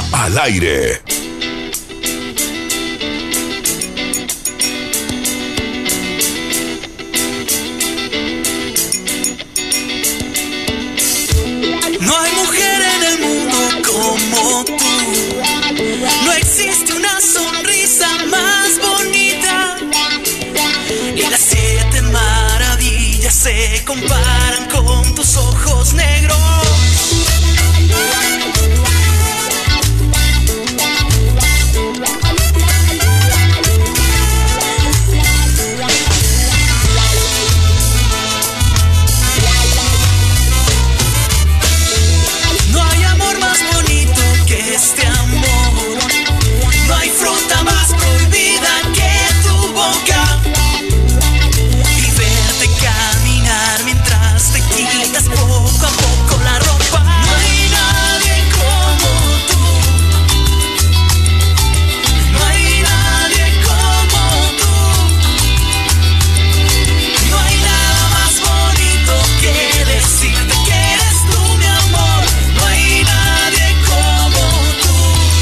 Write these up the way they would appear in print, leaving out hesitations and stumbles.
al aire. No hay mujer en el mundo como tú. No existe una sonrisa más bonita. Y las 7 maravillas se comparan con tus ojos negros. No hay amor más bonito que este amor. No hay fruta más prohibida que tu boca. Y verte caminar mientras te quitas poco a poco la ropa. No hay nadie como tú. No hay nadie como tú. No hay nada más bonito que decirte que eres tú, mi amor. No hay nadie como tú.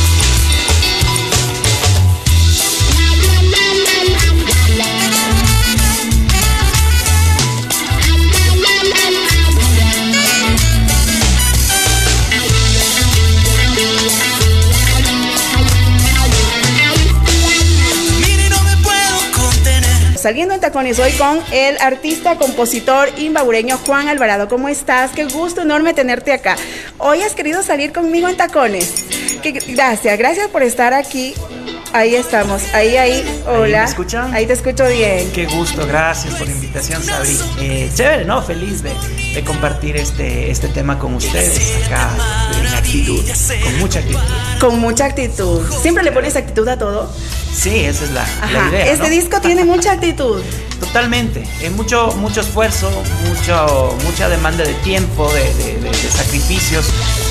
Mire, no me puedo contener. Saliendo en Tacones hoy con el artista, compositor imbabureño Juan Alvarado. ¿Cómo estás? Qué gusto enorme tenerte acá. Hoy has querido salir conmigo en Tacones. Gracias por estar aquí. Ahí estamos, ahí, hola. ¿Me escuchan? Ahí te escucho bien. Qué gusto, gracias por la invitación, Sabri. Chévere, ¿no? Feliz de compartir este tema con ustedes acá en actitud, con mucha actitud. Con mucha actitud. ¿Siempre le pones actitud a todo? Sí, esa es la idea, Este ¿no? disco tiene mucha actitud. Totalmente, mucho esfuerzo, mucha demanda de tiempo, de sacrificios,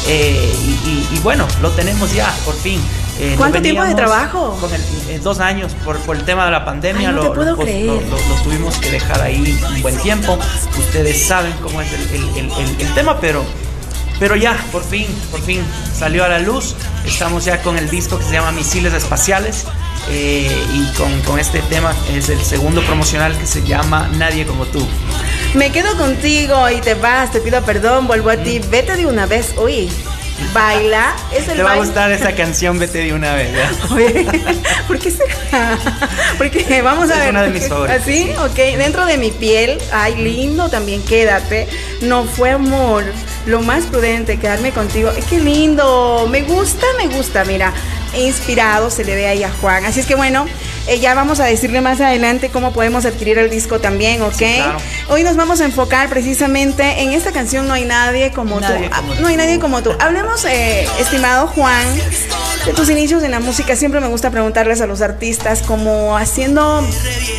y bueno, lo tenemos ya, por fin. ¿Cuánto tiempo de trabajo? Con 2 años, por el tema de la pandemia. Ay, no te puedo creer. Lo tuvimos que dejar ahí un buen tiempo. Ustedes saben cómo es el tema, pero ya, por fin salió a la luz. Estamos ya con el disco que se llama Misiles Espaciales, y con este tema es el segundo promocional que se llama Nadie Como Tú. Me quedo contigo y te vas, te pido perdón, vuelvo a ti. Vete de una vez, uy. Baila, es el Te va a baile. gustar esa canción, Vete de una vez, ¿ya? Oye, ¿por qué será? Porque vamos a ver. Es una de mis favoritas. ¿Así? Ok, dentro de mi piel. Ay, lindo también, quédate. No fue amor. Lo más prudente, quedarme contigo. Qué lindo. Me gusta, mira. Inspirado se le ve ahí a Juan. Así es que bueno, ya vamos a decirle más adelante cómo podemos adquirir el disco también, ¿ok? Sí, claro. Hoy nos vamos a enfocar precisamente en esta canción No hay nadie como tú. No hay nadie como tú. Hablemos, estimado Juan, de tus inicios en la música. Siempre me gusta preguntarles a los artistas como haciéndoles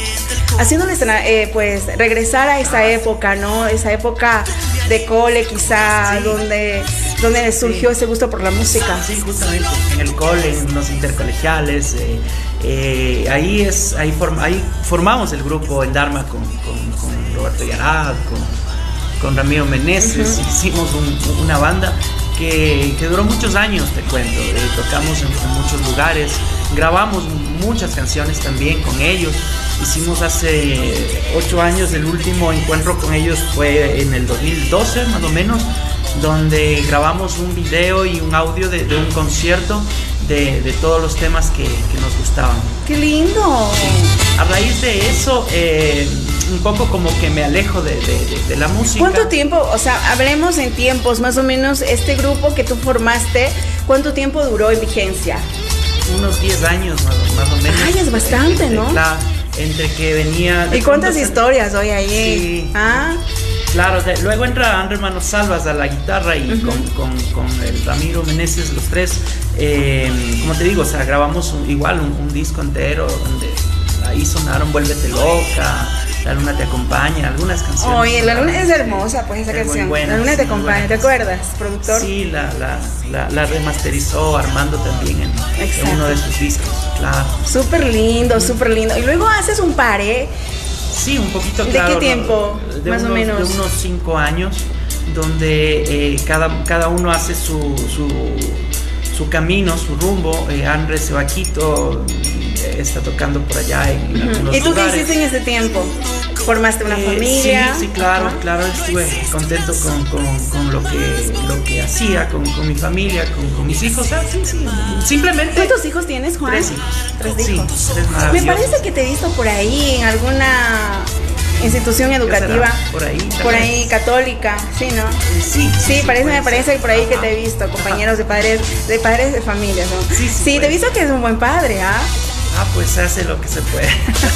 pues regresar a esa época, ¿no? Esa época de cole quizá, sí, donde les surgió ese gusto por la música. Sí, justamente en el cole, en los intercolegiales, ahí formamos el grupo El Dharma con Roberto Yarad, con Ramiro Meneses. Uh-huh. Hicimos una banda que duró muchos años, te cuento. Tocamos en muchos lugares, grabamos muchas canciones también con ellos. Hicimos hace 8 años, el último encuentro con ellos fue en el 2012 más o menos, donde grabamos un video y un audio de un concierto de todos los temas que nos gustaban. ¡Qué lindo! Sí. A raíz de eso, un poco como que me alejo de la música. ¿Cuánto tiempo, o sea, hablemos en tiempos, más o menos, este grupo que tú formaste, cuánto tiempo duró en vigencia? Unos 10 años más o menos. Ay, es bastante, ¿no? Entre que venía... ¿Y cuántas historias hoy ahí? Sí. Ah. Claro, luego entra Andrés Manos Salvas a la guitarra y uh-huh, con el Ramiro Meneses, los tres, como te digo, o sea, grabamos un disco entero donde ahí sonaron Vuélvete Loca, La Luna Te Acompaña, algunas canciones. Oye, La Luna es hermosa, pues esa canción. Buena, La Luna Te Acompaña, ¿te acuerdas, productor? Sí, la remasterizó Armando también en uno de sus discos, claro. Súper lindo, súper lindo. Y luego haces un par, ¿eh? Sí, un poquito, claro. ¿De qué tiempo, más o menos? De unos 5 años, donde cada uno hace su su camino, su rumbo. Andrés Vaquito está tocando por allá en algunos ¿Y tú lugares. qué hiciste en ese tiempo? ¿Formaste una familia? Sí, claro, estuve contento con lo que hacía, con mi familia, con mis hijos. Sí, simplemente. ¿Cuántos hijos tienes, Juan? 3 hijos. 3 hijos. Sí, 3 maravillosos. Me parece que te he visto por ahí en alguna institución educativa. Por ahí, católica, sí, ¿no? Sí, me parece por ahí que te he visto, compañeros de padres de familia, ¿no? Sí, te he visto que es un buen padre, ¿ah? Pues se hace lo que se puede.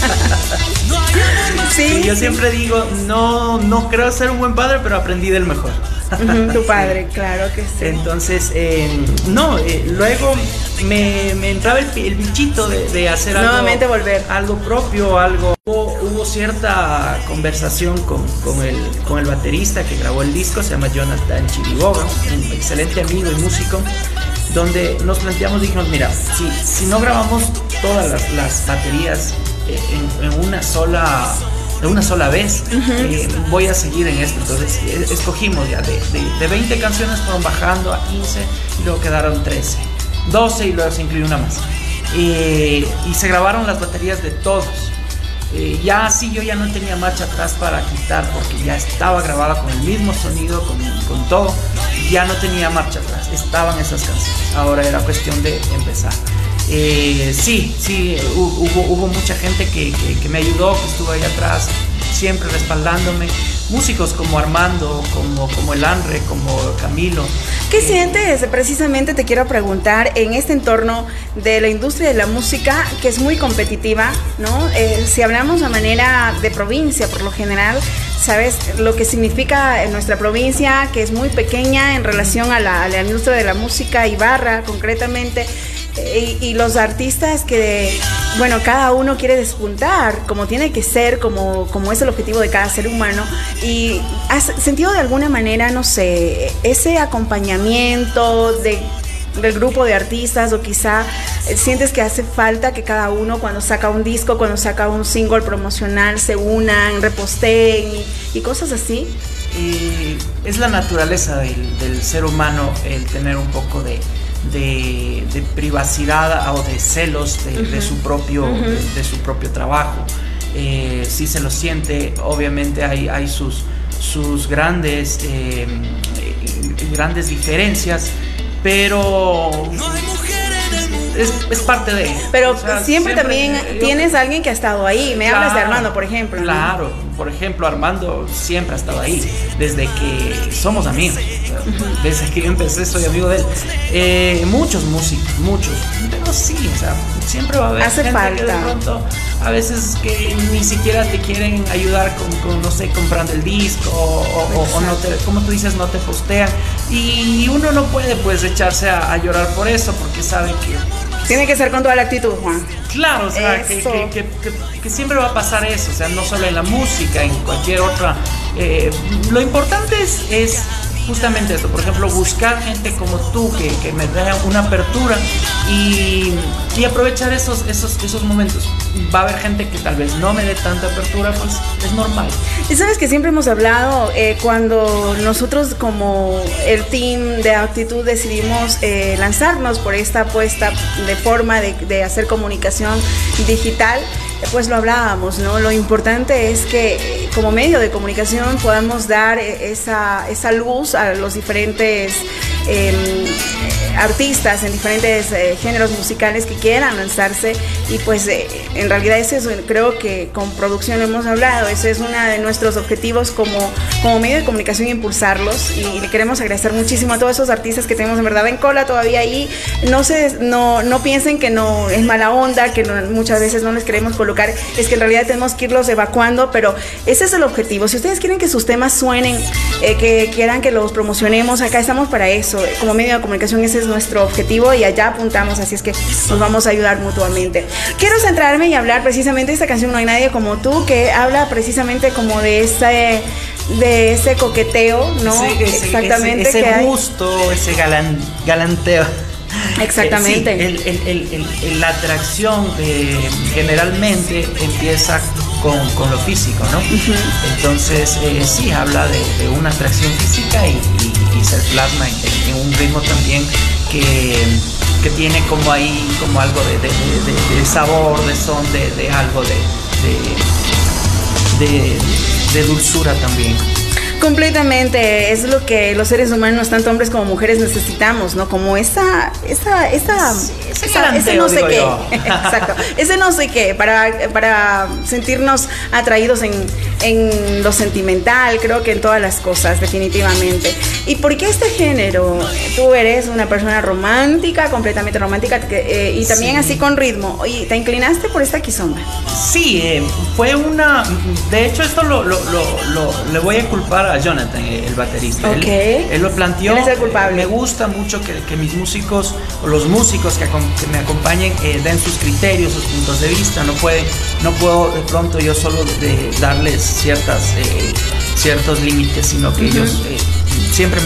Sí, yo siempre digo, no creo ser un buen padre, pero aprendí del mejor. Tu padre, claro que sí. Entonces, luego me entraba el bichito de hacer algo. Nuevamente volver. Algo propio, algo. Hubo cierta conversación con el baterista que grabó el disco, se llama Jonathan Chiriboga, un excelente amigo y músico, donde nos planteamos, dijimos, mira, si no grabamos todas las baterías en una sola vez, voy a seguir en esto. Entonces escogimos ya de 20 canciones, fueron bajando a 15 y luego quedaron 13, 12 y luego se incluyó una más, y se grabaron las baterías de todos. Ya así yo ya no tenía marcha atrás para quitar, porque ya estaba grabada con el mismo sonido, con todo, ya no tenía marcha atrás, estaban esas canciones, ahora era cuestión de empezar. Hubo mucha gente que me ayudó, que estuvo ahí atrás, siempre respaldándome. Músicos como Armando, como el Andre, como Camilo. ¿Qué sientes? Precisamente te quiero preguntar en este entorno de la industria de la música, que es muy competitiva, ¿no? Si hablamos de manera de provincia, por lo general, ¿sabes lo que significa en nuestra provincia, que es muy pequeña en relación a la industria de la música, Ibarra concretamente? Y los artistas que, bueno, cada uno quiere despuntar como tiene que ser, como es el objetivo de cada ser humano. Y ¿has sentido de alguna manera, no sé, ese acompañamiento del grupo de artistas, o quizá sientes que hace falta que cada uno, cuando saca un disco, cuando saca un single promocional, se unan, reposteen y cosas así? Es la naturaleza del ser humano el tener un poco de privacidad o de celos de su propio trabajo. Si se lo siente, obviamente hay sus grandes diferencias, pero es parte de. Pero o sea, siempre también tienes a alguien que ha estado ahí. Me hablas de Armando, por ejemplo, ¿no? Claro, por ejemplo, Armando siempre ha estado ahí, desde que somos amigos. Desde que yo empecé soy amigo de él. Muchos músicos, pero sí, o sea, siempre va a haber gente falta. Que de pronto a veces que ni siquiera te quieren ayudar con no sé, comprando el disco o no te, como tú dices, no te postean, y uno no puede pues echarse a llorar por eso, porque sabe que tiene que ser con toda la actitud, Juan. Claro, o sea, que siempre va a pasar eso, o sea, no solo en la música, en cualquier otra. Lo importante es justamente esto, por ejemplo, buscar gente como tú que me dé una apertura y aprovechar esos momentos. Va a haber gente que tal vez no me dé tanta apertura, pues es normal. Y sabes que siempre hemos hablado, cuando nosotros como el team de Actitud decidimos lanzarnos por esta apuesta de forma de hacer comunicación digital, pues lo hablábamos, ¿no? Lo importante es que como medio de comunicación podamos dar esa luz a los diferentes artistas en diferentes géneros musicales que quieran lanzarse, y pues en realidad ese es, creo que con producción lo hemos hablado, ese es uno de nuestros objetivos como medio de comunicación, impulsarlos, y le queremos agradecer muchísimo a todos esos artistas que tenemos en verdad en cola todavía ahí. No piensen que no es mala onda, que muchas veces no les queremos colocar, es que en realidad tenemos que irlos evacuando, pero ese es el objetivo. Si ustedes quieren que sus temas suenen, que quieran que los promocionemos, acá estamos para eso. Como medio de comunicación ese es nuestro objetivo y allá apuntamos, así es que nos vamos a ayudar mutuamente. Quiero centrarme y hablar precisamente de esta canción No hay nadie como tú, que habla precisamente como de ese coqueteo, ¿no? Sí, exactamente. Ese gusto, ese galanteo. Exactamente. Sí, la atracción generalmente empieza con lo físico, ¿no? Entonces, sí, habla de una atracción física y se plasma en un ritmo también que tiene como ahí como algo de sabor, de son, de algo de dulzura también. Completamente, es lo que los seres humanos, tanto hombres como mujeres, necesitamos, ¿no? Como ese no sé qué. Exacto, ese no sé qué, para sentirnos atraídos en lo sentimental, creo que en todas las cosas, definitivamente. ¿Y por qué este género? Tú eres una persona romántica, completamente romántica, y también así con ritmo. ¿Y te inclinaste por esta kizomba? Sí, fue una... De hecho, esto le voy a culpar a Jonathan, el baterista. Okay. Él lo planteó. Él es el culpable. Me gusta mucho que mis músicos, o los músicos que me acompañen, den sus criterios, sus puntos de vista. No puedo de pronto yo solo darles ciertos límites, sino que ellos siempre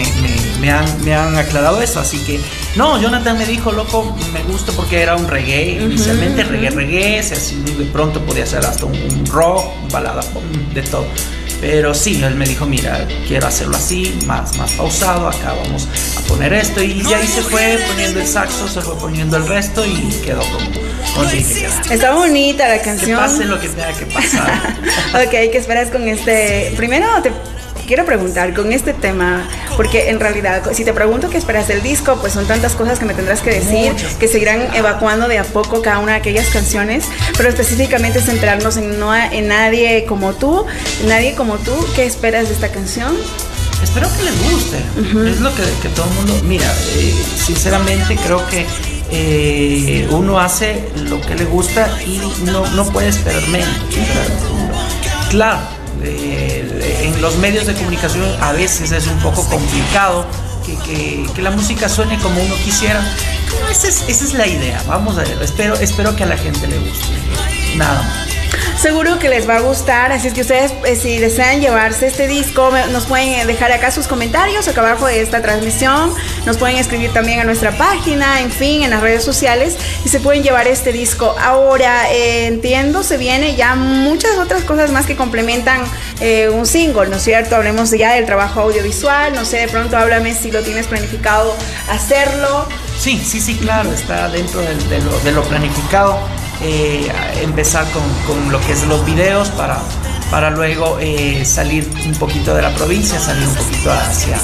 me han aclarado eso. Así que no, Jonathan me dijo, loco, me gusta, porque era un reggae, inicialmente reggae, así de pronto podía ser hasta un rock, balada, de todo. Pero sí, él me dijo, mira, quiero hacerlo así, más pausado, acá vamos a poner esto. Y ahí se fue poniendo el saxo, se fue poniendo el resto y quedó como dije. Está bonita la canción. Que pase lo que tenga que pasar. Ok, ¿qué esperas con este? Primero te quiero preguntar con este tema, porque en realidad, si te pregunto qué esperas del disco, pues son tantas cosas que me tendrás que decir, que se irán evacuando de a poco cada una de aquellas canciones, pero específicamente centrarnos en nadie como tú, ¿qué esperas de esta canción? Espero que les guste. Es lo que todo el mundo... Mira, sinceramente creo que uno hace lo que le gusta y no puede esperar menos. Claro, en los medios de comunicación a veces es un poco complicado que la música suene como uno quisiera. Esa es la idea. Vamos a ver, espero que a la gente le guste. Nada más. Seguro que les va a gustar, así es que ustedes, si desean llevarse este disco, nos pueden dejar acá sus comentarios acá abajo de esta transmisión, nos pueden escribir también a nuestra página, en fin, en las redes sociales, y se pueden llevar este disco. Ahora, entiendo, se viene ya muchas otras cosas más que complementan un single, ¿no es cierto? Hablemos ya del trabajo audiovisual, no sé, de pronto háblame si lo tienes planificado hacerlo. Sí, claro, está dentro de lo planificado. Empezar con lo que es los videos para luego salir un poquito de la provincia, salir un poquito hacia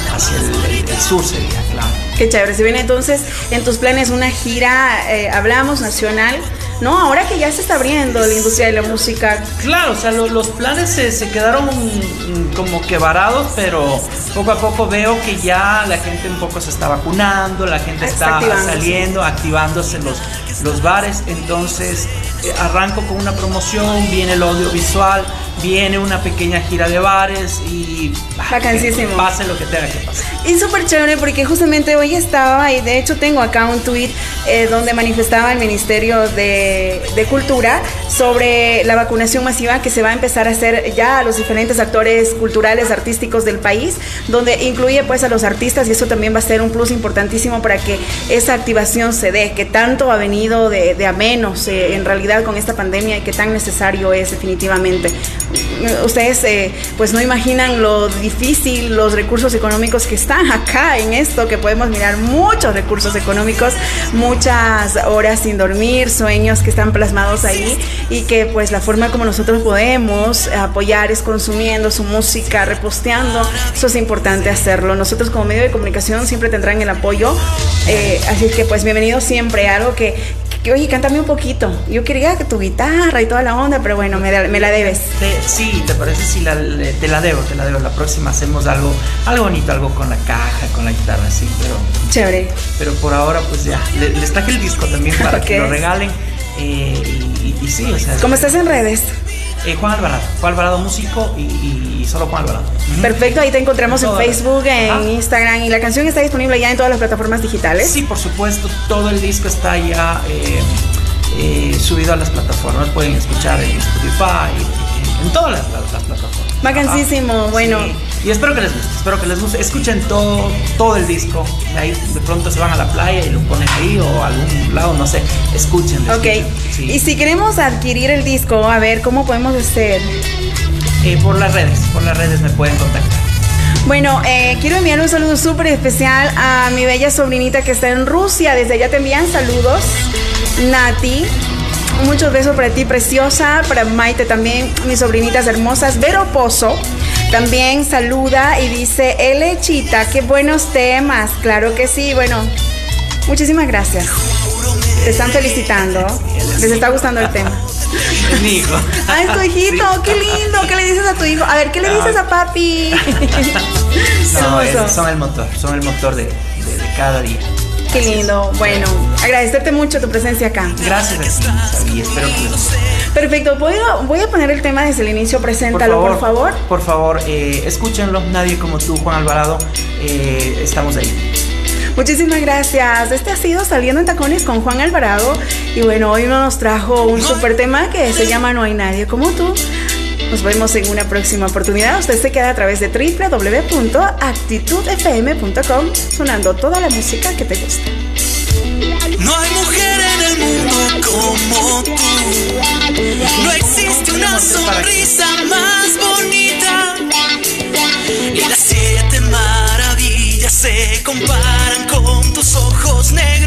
el sur sería, claro. Qué chévere, se viene entonces en tus planes una gira, hablamos, nacional, ¿no? Ahora que ya se está abriendo la industria de la música. Claro, o sea, los planes se quedaron como que varados, pero poco a poco veo que ya la gente un poco se está vacunando, la gente está saliendo, activándose los bares. Entonces arranco con una promoción, viene el audiovisual, viene una pequeña gira de bares y bacanísimo. Pase lo que tenga que pasar. Y súper chévere porque justamente hoy estaba, y de hecho tengo acá un tweet donde manifestaba el Ministerio de Cultura sobre la vacunación masiva que se va a empezar a hacer ya a los diferentes actores culturales, artísticos del país, donde incluye pues a los artistas, y eso también va a ser un plus importantísimo para que esa activación se dé, que tanto ha venido de a menos en realidad con esta pandemia y que tan necesario es definitivamente. Ustedes pues no imaginan lo difícil, los recursos económicos que están acá en esto, que podemos mirar muchos recursos económicos, muchas horas sin dormir, sueños que están plasmados ahí, y que pues la forma como nosotros podemos apoyar es consumiendo su música, reposteando. Eso es importante hacerlo. Nosotros como medio de comunicación siempre tendrán el apoyo, así que pues bienvenido siempre. Algo que oye, cántame un poquito. Yo quería que tu guitarra y toda la onda, pero bueno, me la debes. Sí, ¿te parece? Sí, te la debo. La próxima hacemos algo bonito, algo con la caja, con la guitarra, sí, pero... Chévere. Pero por ahora, pues ya, les traje el disco también para que lo regalen. Y sí, o sea... ¿Cómo estás en redes? Juan Alvarado músico y solo Juan Alvarado. Perfecto, ahí te encontramos en Facebook, en Instagram, y la canción está disponible ya en todas las plataformas digitales. Sí, por supuesto, todo el disco está ya subido a las plataformas, pueden escuchar en Spotify, en todas las plataformas. Vacancísimo, bueno. Sí. Y espero que les guste, escuchen todo el disco, ahí de pronto se van a la playa y lo ponen ahí o a algún lado, no sé, escuchen. Ok, sí. Y si queremos adquirir el disco, a ver, ¿cómo podemos hacer? Por las redes me pueden contactar. Bueno, quiero enviar un saludo súper especial a mi bella sobrinita que está en Rusia. Desde allá te envían saludos, Nati. Muchos besos para ti, preciosa. Para Maite también, mis sobrinitas hermosas. Vero Pozo también saluda y dice: Lechita, qué buenos temas. Claro que sí. Bueno, muchísimas gracias. Te están felicitando. Les está gustando el tema. Mi hijo. Ay, tu hijito, sí. Qué lindo. ¿Qué le dices a tu hijo? A ver, ¿qué le dices a papi? No, son el motor de cada día. Qué lindo. Bueno, agradecerte mucho tu presencia acá. Gracias a ti, Sabi. Espero que les guste. Perfecto. Voy a poner el tema desde el inicio. Preséntalo, por favor. Por favor, escúchenlo. Nadie como tú, Juan Alvarado. Estamos ahí. Muchísimas gracias. Este ha sido Saliendo en Tacones con Juan Alvarado. Y bueno, hoy nos trajo un súper tema que se llama No hay nadie como tú. Nos vemos en una próxima oportunidad. Usted se queda a través de www.actitudfm.com, sonando toda la música que te gusta. No hay mujer en el mundo como tú. No existe una sonrisa más bonita. Y las 7 maravillas se comparan con tus ojos negros.